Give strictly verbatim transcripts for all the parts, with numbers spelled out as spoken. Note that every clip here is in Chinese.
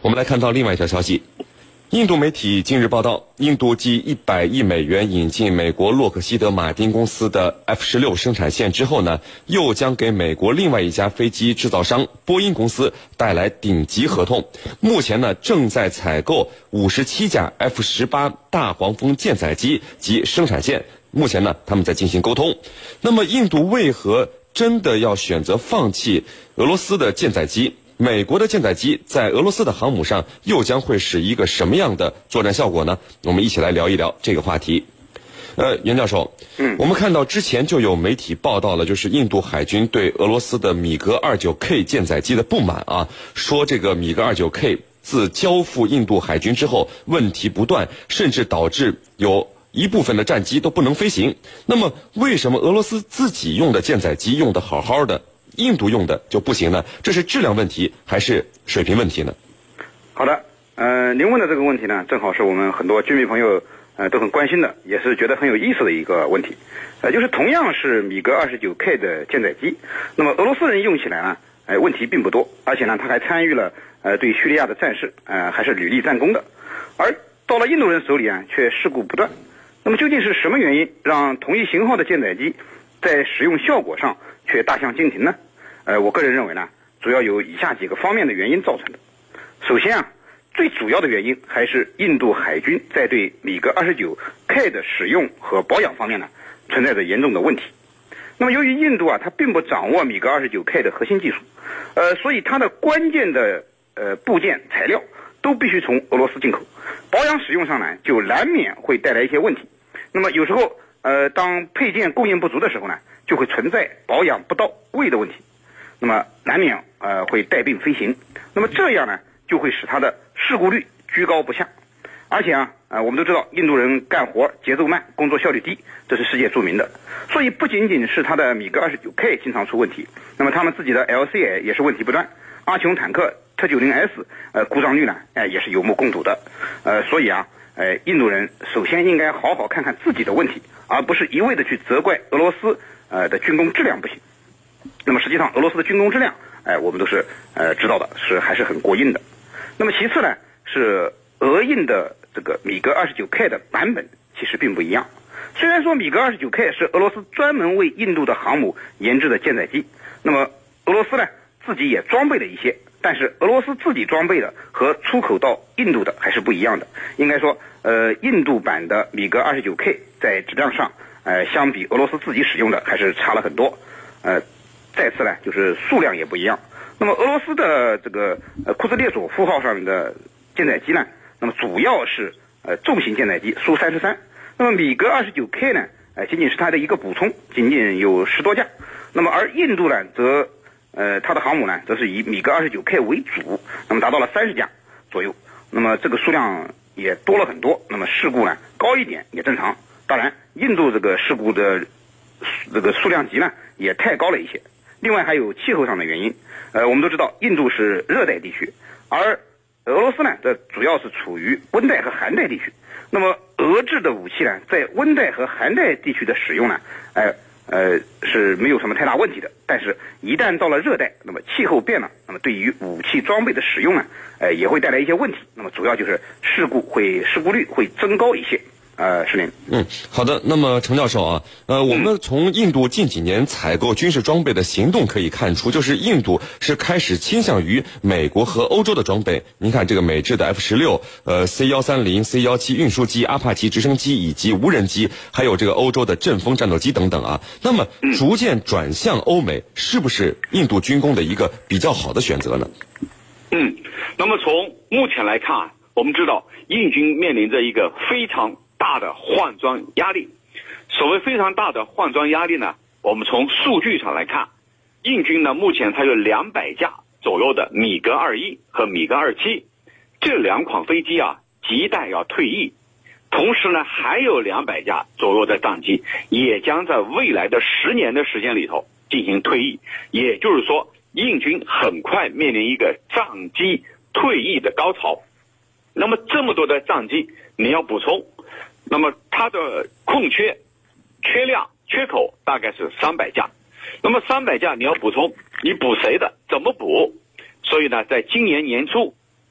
我们来看到另外一条消息。印度媒体近日报道，印度继一百亿美元引进美国洛克希德马丁公司的 F 十六 生产线之后呢，又将给美国另外一家飞机制造商波音公司带来顶级合同。目前呢，正在采购五十七架 F 十八 大黄蜂舰载机及生产线。目前呢，他们在进行沟通。那么，印度为何真的要选择放弃俄罗斯的舰载机？美国的舰载机在俄罗斯的航母上又将会是一个什么样的作战效果呢？我们一起来聊一聊这个话题。呃，袁教授，嗯，我们看到之前就有媒体报道了，就是印度海军对俄罗斯的米格 二九 K 舰载机的不满啊，说这个米格 二九 K 自交付印度海军之后问题不断，甚至导致有一部分的战机都不能飞行。那么为什么俄罗斯自己用的舰载机用得好好的，印度用的就不行呢？这是质量问题还是水平问题呢？ 好的，呃，您问的这个问题呢，正好是我们很多军迷朋友呃都很关心的，也是觉得很有意思的一个问题。呃，就是同样是米格 二十九 K 的舰载机，那么俄罗斯人用起来呢，呃，问题并不多，而且呢，他还参与了呃对叙利亚的战事，呃，还是屡立战功的。而到了印度人手里啊，却事故不断。那么究竟是什么原因让同一型号的舰载机在使用效果上却大相径庭呢？呃，我个人认为呢，主要有以下几个方面的原因造成的。首先啊，最主要的原因还是印度海军在对米格 二十九 K 的使用和保养方面呢，存在着严重的问题。那么由于印度啊，它并不掌握米格 二十九 K 的核心技术，呃，所以它的关键的呃部件材料都必须从俄罗斯进口，保养使用上呢，就难免会带来一些问题。那么有时候呃，当配件供应不足的时候呢，就会存在保养不到位的问题，那么难免呃会带病飞行。那么这样呢，就会使它的事故率居高不下。而且啊，呃，我们都知道印度人干活节奏慢，工作效率低，这是世界著名的。所以不仅仅是它的米格 二十九 K 经常出问题，那么他们自己的 L C A 也是问题不断。阿琼坦克特九零 S 呃故障率呢，哎、呃、也是有目共睹的。呃，所以啊，呃，印度人首先应该好好看看自己的问题，而不是一味的去责怪俄罗斯呃的军工质量不行。那么实际上俄罗斯的军工质量，哎、呃，我们都是呃知道的，是还是很过硬的。那么其次呢，是俄印的这个米格 二十九 K 的版本其实并不一样。虽然说米格 二十九 K 是俄罗斯专门为印度的航母研制的舰载机，那么俄罗斯呢自己也装备了一些，但是俄罗斯自己装备的和出口到印度的还是不一样的。应该说呃印度版的米格 二十九 K 在质量上呃相比俄罗斯自己使用的还是差了很多。呃再次呢就是数量也不一样。那么俄罗斯的这个呃库兹列佐夫号上的舰载机呢，那么主要是呃重型舰载机苏三十三，那么米格 二十九 K 呢呃仅仅是它的一个补充，仅仅有十多架。那么而印度呢则呃它的航母呢则是以米格 二十九 K 为主，那么达到了三十架左右，那么这个数量也多了很多，那么事故呢高一点也正常。当然印度这个事故的这个数量级呢也太高了一些。另外还有气候上的原因，呃我们都知道印度是热带地区，而俄罗斯呢这主要是处于温带和寒带地区。那么俄制的武器呢在温带和寒带地区的使用呢呃呃是没有什么太大问题的，但是一旦到了热带，那么气候变了，那么对于武器装备的使用呢呃也会带来一些问题，那么主要就是事故会事故率会增高一些。呃，是您。 嗯，好的。那么程教授啊，呃，我们从印度近几年采购军事装备的行动可以看出，就是印度是开始倾向于美国和欧洲的装备。您看这个美制的 F 十六、呃 C 一三零、C 一七 运输机、阿帕奇直升机以及无人机，还有这个欧洲的阵风战斗机等等啊。那么逐渐转向欧美，是不是印度军工的一个比较好的选择呢？ 嗯，那么从目前来看，我们知道印军面临着一个非常大的换装压力。所谓非常大的换装压力呢，我们从数据上来看，印军呢目前它有两百架左右的米格二一和米格二七，这两款飞机啊亟待要退役。同时呢还有两百架左右的战机也将在未来的十年的时间里头进行退役。也就是说印军很快面临一个战机退役的高潮。那么这么多的战机你要补充，那么它的空缺缺量缺口大概是三百架，那么三百架你要补充，你补谁的，怎么补？所以呢在今年年初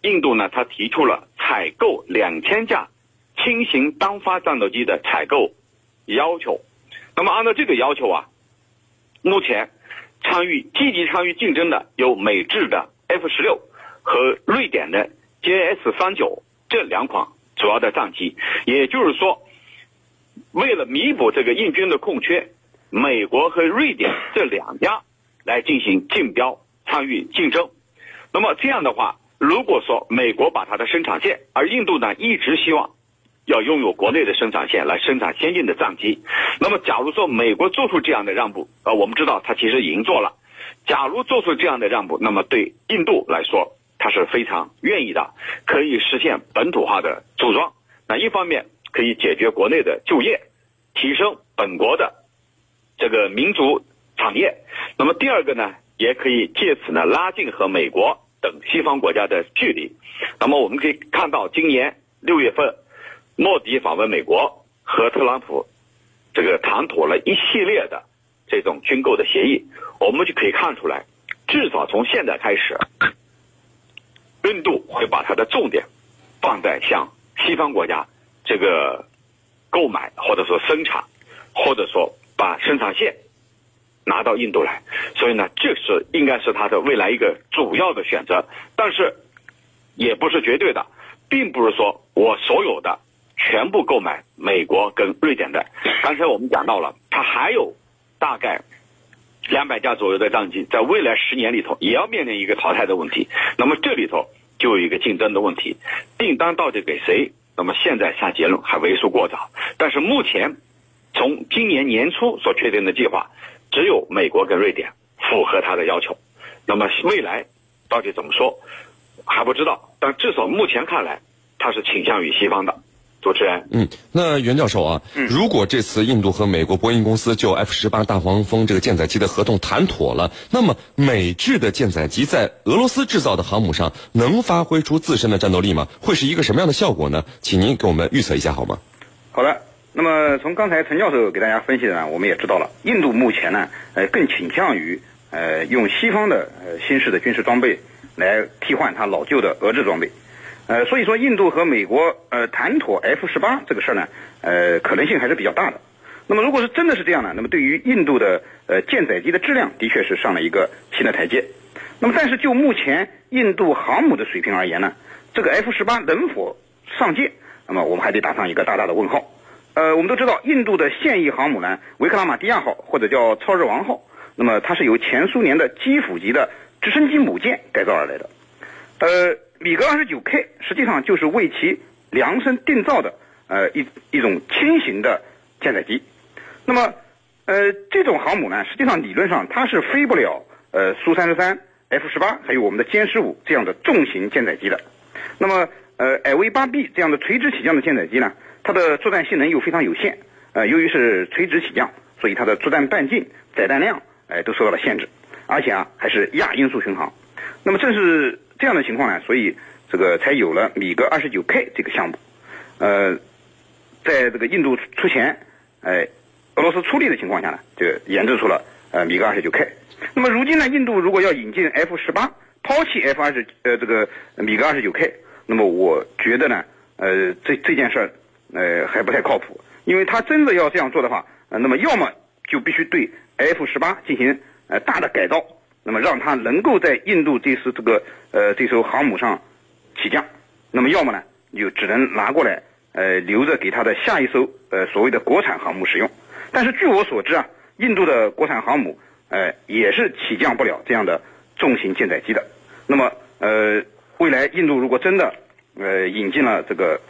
印度呢，他提出了采购两千架轻型单发战斗机的采购要求。那么按照这个要求啊，目前参与积极参与竞争的有美制的 F 十六和瑞典的 J S 三十九这两款主要的战机。也就是说，为了弥补这个印军的空缺，美国和瑞典这两家来进行竞标参与竞争。那么这样的话，如果说美国把它的生产线，而印度呢一直希望要拥有国内的生产线来生产先进的战机，那么假如说美国做出这样的让步，呃，我们知道它其实已经做了，假如做出这样的让步，那么对印度来说它是非常愿意的，可以实现本土化的组装。那一方面可以解决国内的就业，提升本国的这个民族产业。那么第二个呢，也可以借此呢拉近和美国等西方国家的距离。那么我们可以看到，今年六月份莫迪访问美国，和特朗普这个谈妥了一系列的这种军购的协议，我们就可以看出来，至少从现在开始，印度会把它的重点放在向西方国家这个购买，或者说生产，或者说把生产线拿到印度来。所以呢，这是应该是它的未来一个主要的选择，但是也不是绝对的，并不是说我所有的全部购买美国跟瑞典的。刚才我们讲到了，它还有大概两百架左右的战机，在未来十年里头也要面临一个淘汰的问题。那么这里头就有一个竞争的问题，订单到底给谁？那么现在下结论还为数过早。但是目前从今年年初所确定的计划，只有美国跟瑞典符合他的要求。那么未来到底怎么说还不知道，但至少目前看来，他是倾向于西方的。主持人， 嗯，那袁教授啊，嗯、如果这次印度和美国波音公司就 F 十八大黄蜂这个舰载机的合同谈妥了，那么美制的舰载机在俄罗斯制造的航母上能发挥出自身的战斗力吗？会是一个什么样的效果呢？请您给我们预测一下好吗？ 好的，那么从刚才陈教授给大家分析的呢，我们也知道了，印度目前呢，呃，更倾向于呃用西方的呃新式的军事装备来替换它老旧的俄制装备。呃，所以说印度和美国呃谈妥 F 十八这个事儿呢，呃，可能性还是比较大的。那么如果是真的是这样呢，那么对于印度的呃舰载机的质量的确是上了一个新的台阶。那么但是就目前印度航母的水平而言呢，这个 F 十八能否上舰，那么我们还得打上一个大大的问号。呃，我们都知道印度的现役航母呢，维克拉玛蒂亚号或者叫超日王号，那么它是由前苏联的基辅级的直升机母舰改造而来的。呃。米格 二十九 K 实际上就是为其量身定造的呃一一种轻型的舰载机。那么呃这种航母呢，实际上理论上它是飞不了呃苏三十三、F 十八还有我们的歼十五这样的重型舰载机的。那么呃 L V 八 B 这样的垂直起降的舰载机呢，它的作战性能又非常有限。呃由于是垂直起降，所以它的作战半径、载弹量哎、呃、都受到了限制，而且啊还是亚音速巡航。那么正是这样的情况呢，所以这个才有了米格 二十九 K 这个项目。呃，在这个印度出钱，哎，俄罗斯出力的情况下呢，就研制出了呃米格 二十九 K。那么如今呢，印度如果要引进 F 十八，抛弃 F 二十呃这个米格 二十九 K， 那么我觉得呢，呃这这件事儿呃还不太靠谱，因为他真的要这样做的话，呃、那么要么就必须对 F 十八进行呃大的改造。那么让它能够在印度这艘这个呃这艘航母上起降，那么要么呢你就只能拿过来呃留着给它的下一艘呃所谓的国产航母使用。但是据我所知啊，印度的国产航母呃也是起降不了这样的重型舰载机的。那么呃未来印度如果真的呃引进了这个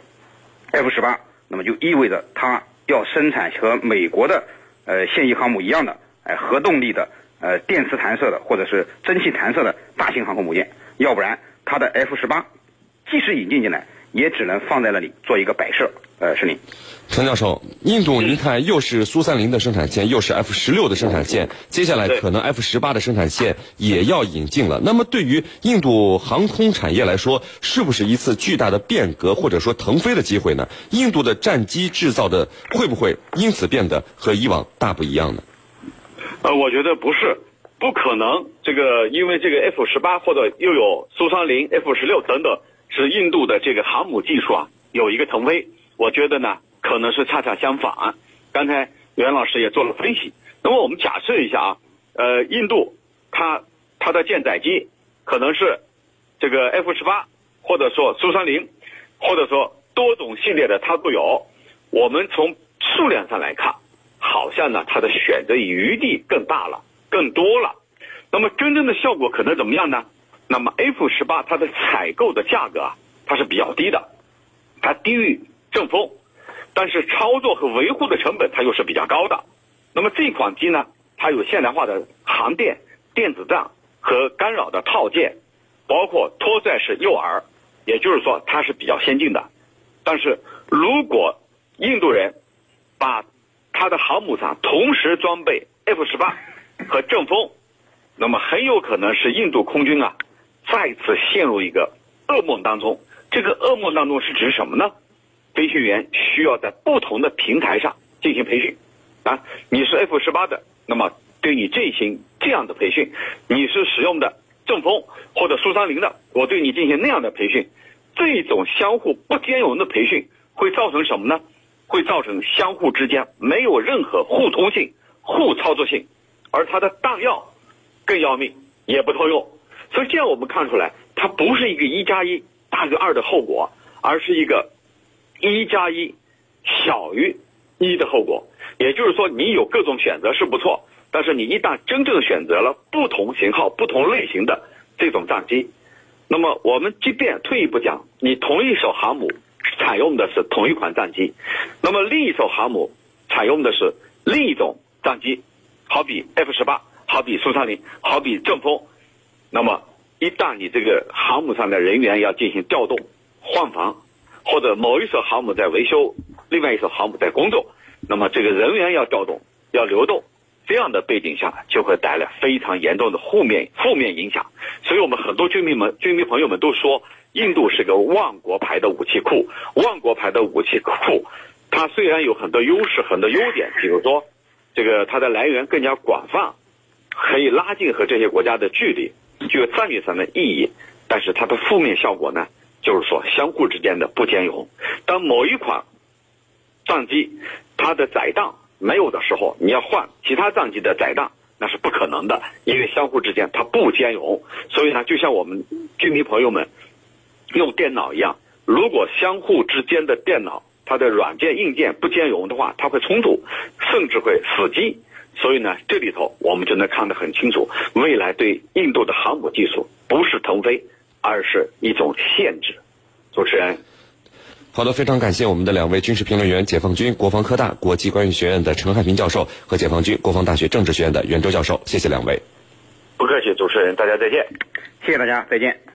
F 十八，那么就意味着它要生产和美国的呃现役航母一样的哎、呃、核动力的呃，电磁弹射的或者是蒸汽弹射的大型航空母舰，要不然它的 F 十八即使引进进来，也只能放在那里做一个摆设。呃，是您， 陈教授，印度您看又是苏三零的生产线，又是 F 十六的生产线，接下来可能 F 十八的生产线也要引进了。那么对于印度航空产业来说，是不是一次巨大的变革或者说腾飞的机会呢？印度的战机制造的会不会因此变得和以往大不一样呢？ 呃，我觉得不是，不可能。这个因为这个 F 十八或者又有苏三零、F 十六等等是印度的这个航母技术啊有一个腾飞，我觉得呢可能是恰恰相反。刚才袁老师也做了分析。那么我们假设一下啊，呃，印度它它的舰载机可能是这个 F 十八，或者说苏三零，或者说多种系列的它都有。我们从数量上来看，好像呢它的选择余地更大了，更多了。那么真正的效果可能怎么样呢？那么 F 十八它的采购的价格啊，它是比较低的，它低于正风，但是操作和维护的成本它又是比较高的。那么这款机呢，它有现代化的航电、电子战和干扰的套件，包括拖拽式诱饵，也就是说它是比较先进的。但是如果印度人把他的航母上同时装备 F 十八和阵风，那么很有可能是印度空军啊再次陷入一个噩梦当中。这个噩梦当中是指什么呢？飞行员需要在不同的平台上进行培训啊，你是 F 十八的，那么对你进行这样的培训；你是使用的阵风或者苏三零的，我对你进行那样的培训。这种相互不兼容的培训会造成什么呢？会造成相互之间没有任何互通性、互操作性，而它的弹药更要命，也不通用。所以这样我们看出来，它不是一个一加一大于二的后果，而是一个一加一小于一的后果。也就是说，你有各种选择是不错，但是你一旦真正选择了不同型号、不同类型的这种战机，那么我们即便退一步讲，你同一艘航母采用的是同一款战机，那么另一艘航母采用的是另一种战机，好比 F 十八，好比苏三零，好比阵风。那么一旦你这个航母上的人员要进行调动、换防，或者某一艘航母在维修，另外一艘航母在工作，那么这个人员要调动、要流动，这样的背景下就会带来非常严重的负面负面影响。所以我们很多军迷们、军迷朋友们都说，印度是个万国牌的武器库。万国牌的武器库，它虽然有很多优势、很多优点，比如说这个它的来源更加广泛，可以拉近和这些国家的距离，具有战略上的意义，但是它的负面效果呢，就是说相互之间的不兼容。当某一款战机它的载弹没有的时候，你要换其他战机的载弹，那是不可能的，因为相互之间它不兼容。所以呢，就像我们军迷朋友们用电脑一样，如果相互之间的电脑它的软件硬件不兼容的话，它会冲突，甚至会死机。所以呢，这里头我们就能看得很清楚，未来对印度的航母技术不是腾飞，而是一种限制。主持人。 好的，非常感谢我们的两位军事评论员，解放军国防科大国际关系学院的陈汉平教授和解放军国防大学政治学院的袁周教授，谢谢两位。 不客气，主持人，大家再见。 谢谢大家，再见。